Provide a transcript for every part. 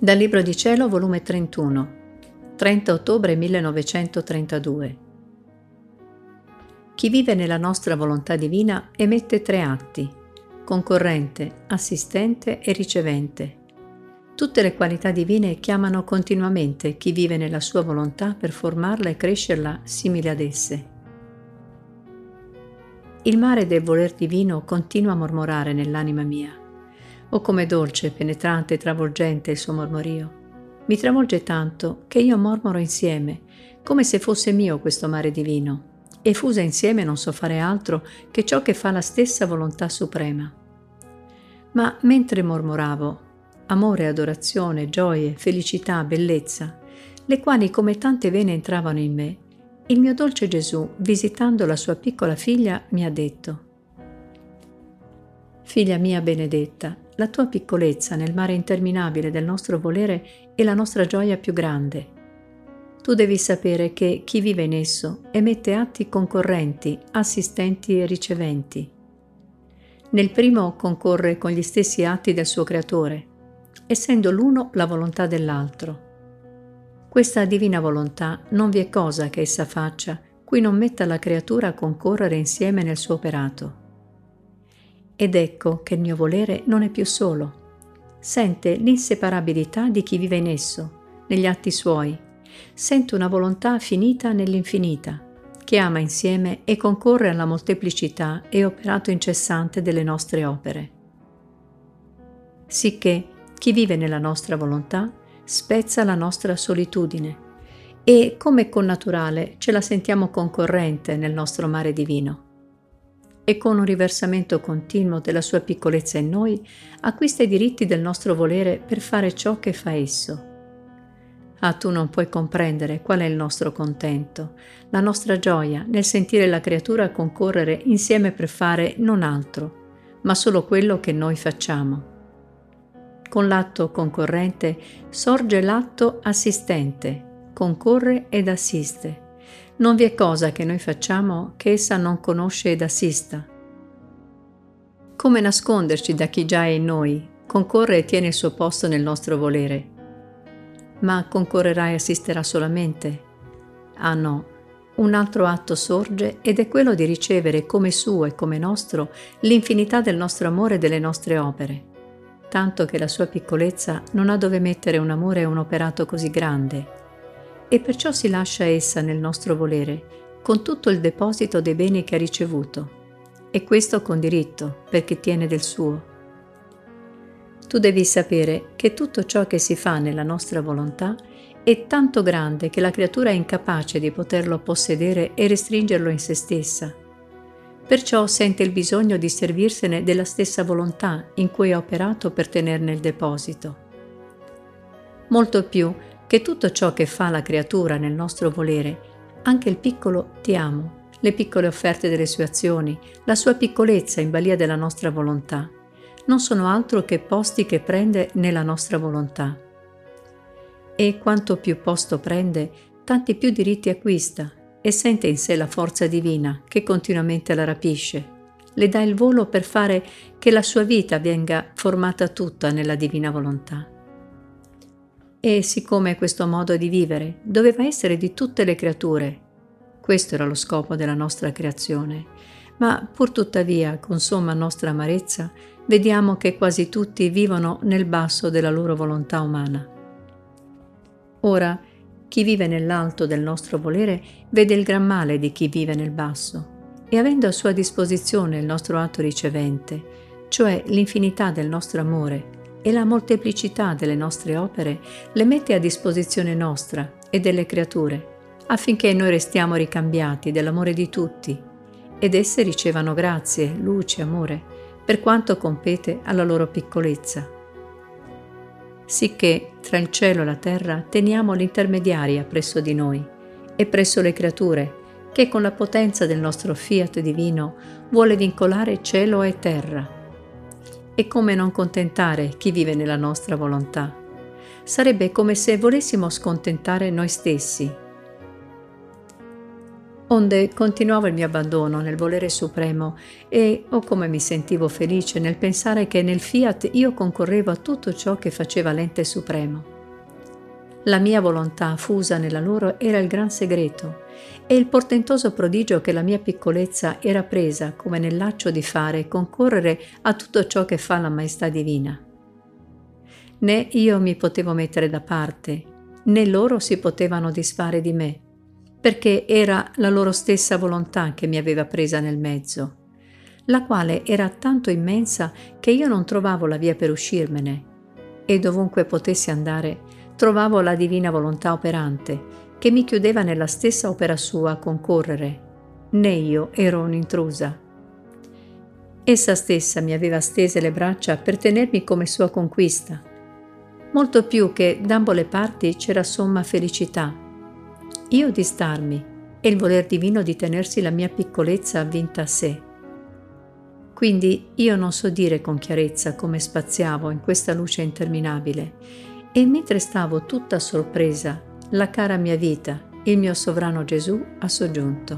Dal Libro di Cielo, volume 31, 30 ottobre 1932. Chi vive nella nostra volontà divina emette tre atti: concorrente, assistente e ricevente. Tutte le qualità divine chiamano continuamente chi vive nella sua volontà per formarla e crescerla simile ad esse. Il mare del voler divino continua a mormorare nell'anima mia. Oh, come dolce, penetrante e travolgente il suo mormorio! Mi travolge tanto che io mormoro insieme, come se fosse mio questo mare divino, e fusa insieme non so fare altro che ciò che fa la stessa volontà suprema. Ma mentre mormoravo, amore, adorazione, gioie, felicità, bellezza, le quali come tante vene entravano in me, il mio dolce Gesù, visitando la sua piccola figlia, mi ha detto: «Figlia mia benedetta, la tua piccolezza nel mare interminabile del nostro volere è la nostra gioia più grande. Tu devi sapere che chi vive in esso emette atti concorrenti, assistenti e riceventi. Nel primo concorre con gli stessi atti del suo creatore, essendo l'uno la volontà dell'altro. Questa divina volontà non vi è cosa che essa faccia cui non metta la creatura a concorrere insieme nel suo operato. Ed ecco che il mio volere non è più solo. Sente l'inseparabilità di chi vive in esso, negli atti suoi. Sente una volontà finita nell'infinita, che ama insieme e concorre alla molteplicità e operato incessante delle nostre opere. Sicché chi vive nella nostra volontà spezza la nostra solitudine e, come connaturale, ce la sentiamo concorrente nel nostro mare divino. E con un riversamento continuo della sua piccolezza in noi, acquista i diritti del nostro volere per fare ciò che fa esso. Ah, tu non puoi comprendere qual è il nostro contento, la nostra gioia nel sentire la creatura concorrere insieme per fare non altro, ma solo quello che noi facciamo. Con l'atto concorrente sorge l'atto assistente, concorre ed assiste. Non vi è cosa che noi facciamo che essa non conosce ed assista. Come nasconderci da chi già è in noi, concorre e tiene il suo posto nel nostro volere? Ma concorrerà e assisterà solamente? Ah no, un altro atto sorge ed è quello di ricevere come suo e come nostro l'infinità del nostro amore e delle nostre opere, tanto che la sua piccolezza non ha dove mettere un amore e un operato così grande, e perciò si lascia essa nel nostro volere, con tutto il deposito dei beni che ha ricevuto, e questo con diritto, perché tiene del suo. Tu devi sapere che tutto ciò che si fa nella nostra volontà è tanto grande che la creatura è incapace di poterlo possedere e restringerlo in se stessa. Perciò sente il bisogno di servirsene della stessa volontà in cui ha operato per tenerne il deposito. Molto più che tutto ciò che fa la creatura nel nostro volere, anche il piccolo ti amo, le piccole offerte delle sue azioni, la sua piccolezza in balia della nostra volontà, non sono altro che posti che prende nella nostra volontà. E quanto più posto prende, tanti più diritti acquista e sente in sé la forza divina che continuamente la rapisce, le dà il volo per fare che la sua vita venga formata tutta nella divina volontà. E siccome questo modo di vivere doveva essere di tutte le creature, questo era lo scopo della nostra creazione, ma pur tuttavia, con somma nostra amarezza, vediamo che quasi tutti vivono nel basso della loro volontà umana. Ora, chi vive nell'alto del nostro volere vede il gran male di chi vive nel basso, e avendo a sua disposizione il nostro atto ricevente, cioè l'infinità del nostro amore e la molteplicità delle nostre opere, le mette a disposizione nostra e delle creature, affinché noi restiamo ricambiati dell'amore di tutti, ed esse ricevano grazie, luce, amore, per quanto compete alla loro piccolezza. Sicché tra il cielo e la terra teniamo l'intermediaria presso di noi e presso le creature, che con la potenza del nostro fiat divino vuole vincolare cielo e terra. E come non contentare chi vive nella nostra volontà? Sarebbe come se volessimo scontentare noi stessi. Onde continuavo il mio abbandono nel volere supremo e, oh come mi sentivo felice nel pensare che nel fiat io concorrevo a tutto ciò che faceva l'ente supremo. La mia volontà fusa nella loro era il gran segreto e il portentoso prodigio che la mia piccolezza era presa come nel laccio di fare concorrere a tutto ciò che fa la maestà divina. Né io mi potevo mettere da parte, né loro si potevano disfare di me, perché era la loro stessa volontà che mi aveva presa nel mezzo, la quale era tanto immensa che io non trovavo la via per uscirmene, e dovunque potessi andare trovavo la divina volontà operante, che mi chiudeva nella stessa opera sua a concorrere, né io ero un'intrusa. Essa stessa mi aveva stese le braccia per tenermi come sua conquista, molto più che d'ambo le parti c'era somma felicità, io di starmi e il voler divino di tenersi la mia piccolezza avvinta a sé. Quindi io non so dire con chiarezza come spaziavo in questa luce interminabile, e mentre stavo tutta sorpresa, la cara mia vita, il mio sovrano Gesù, ha soggiunto.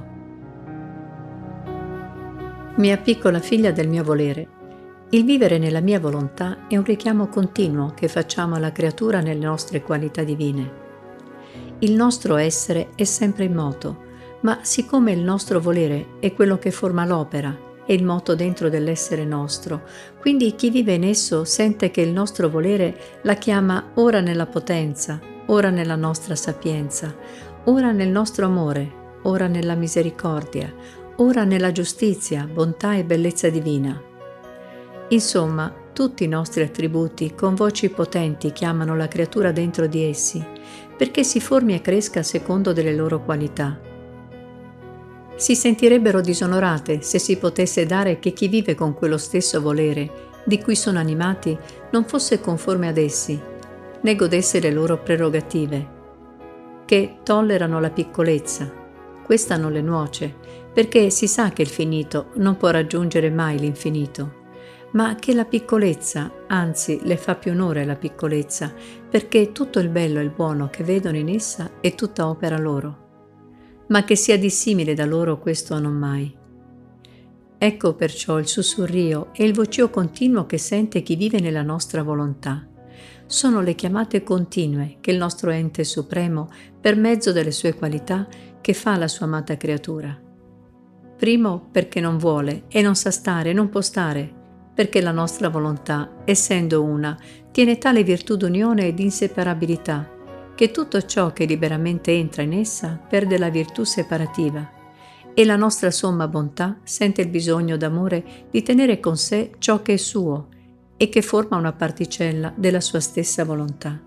Mia piccola figlia del mio volere, il vivere nella mia volontà è un richiamo continuo che facciamo alla creatura nelle nostre qualità divine. Il nostro essere è sempre in moto, ma siccome il nostro volere è quello che forma l'opera e il moto dentro dell'essere nostro, quindi chi vive in esso sente che il nostro volere la chiama ora nella potenza, ora nella nostra sapienza, ora nel nostro amore, ora nella misericordia, ora nella giustizia, bontà e bellezza divina. Insomma, tutti i nostri attributi con voci potenti chiamano la creatura dentro di essi, perché si formi e cresca secondo delle loro qualità. Si sentirebbero disonorate se si potesse dare che chi vive con quello stesso volere, di cui sono animati, non fosse conforme ad essi, né godesse le loro prerogative, che tollerano la piccolezza. Questa non le nuoce, perché si sa che il finito non può raggiungere mai l'infinito, ma che la piccolezza, anzi le fa più onore la piccolezza, perché tutto il bello e il buono che vedono in essa è tutta opera loro. Ma che sia dissimile da loro questo non mai. Ecco perciò il sussurrio e il vocio continuo che sente chi vive nella nostra volontà. Sono le chiamate continue che il nostro ente supremo, per mezzo delle sue qualità, che fa alla sua amata creatura. Primo perché non vuole e non sa stare e non può stare, perché la nostra volontà, essendo una, tiene tale virtù d'unione e di inseparabilità, che tutto ciò che liberamente entra in essa perde la virtù separativa, e la nostra somma bontà sente il bisogno d'amore di tenere con sé ciò che è suo e che forma una particella della sua stessa volontà.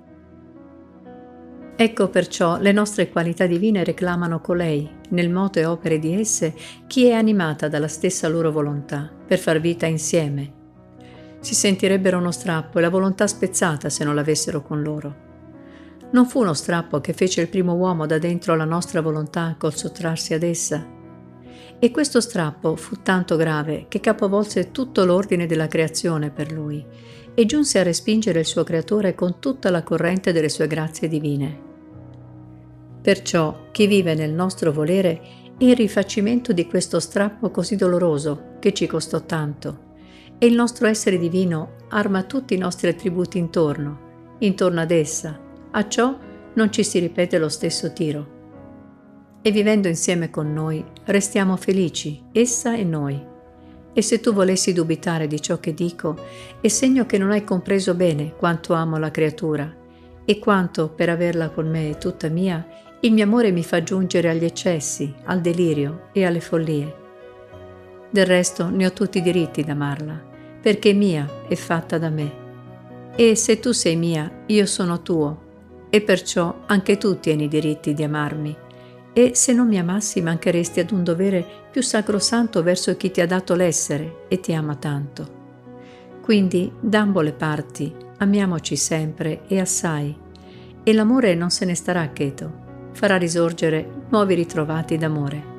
Ecco perciò le nostre qualità divine reclamano colei, nel moto e opere di esse, chi è animata dalla stessa loro volontà, per far vita insieme. Si sentirebbero uno strappo e la volontà spezzata se non l'avessero con loro. Non fu uno strappo che fece il primo uomo da dentro la nostra volontà col sottrarsi ad essa? E questo strappo fu tanto grave che capovolse tutto l'ordine della creazione per lui e giunse a respingere il suo creatore con tutta la corrente delle sue grazie divine. Perciò chi vive nel nostro volere è il rifacimento di questo strappo così doloroso che ci costò tanto, e il nostro essere divino arma tutti i nostri attributi intorno ad essa. A ciò non ci si ripete lo stesso tiro. E vivendo insieme con noi, restiamo felici, essa e noi. E se tu volessi dubitare di ciò che dico, è segno che non hai compreso bene quanto amo la creatura e quanto, per averla con me tutta mia, il mio amore mi fa giungere agli eccessi, al delirio e alle follie. Del resto ne ho tutti i diritti d'amarla, perché mia è fatta da me. E se tu sei mia, io sono tuo, e perciò anche tu tieni i diritti di amarmi, e se non mi amassi mancheresti ad un dovere più sacrosanto verso chi ti ha dato l'essere e ti ama tanto. Quindi, d'ambo le parti, amiamoci sempre e assai, e l'amore non se ne starà cheto, farà risorgere nuovi ritrovati d'amore.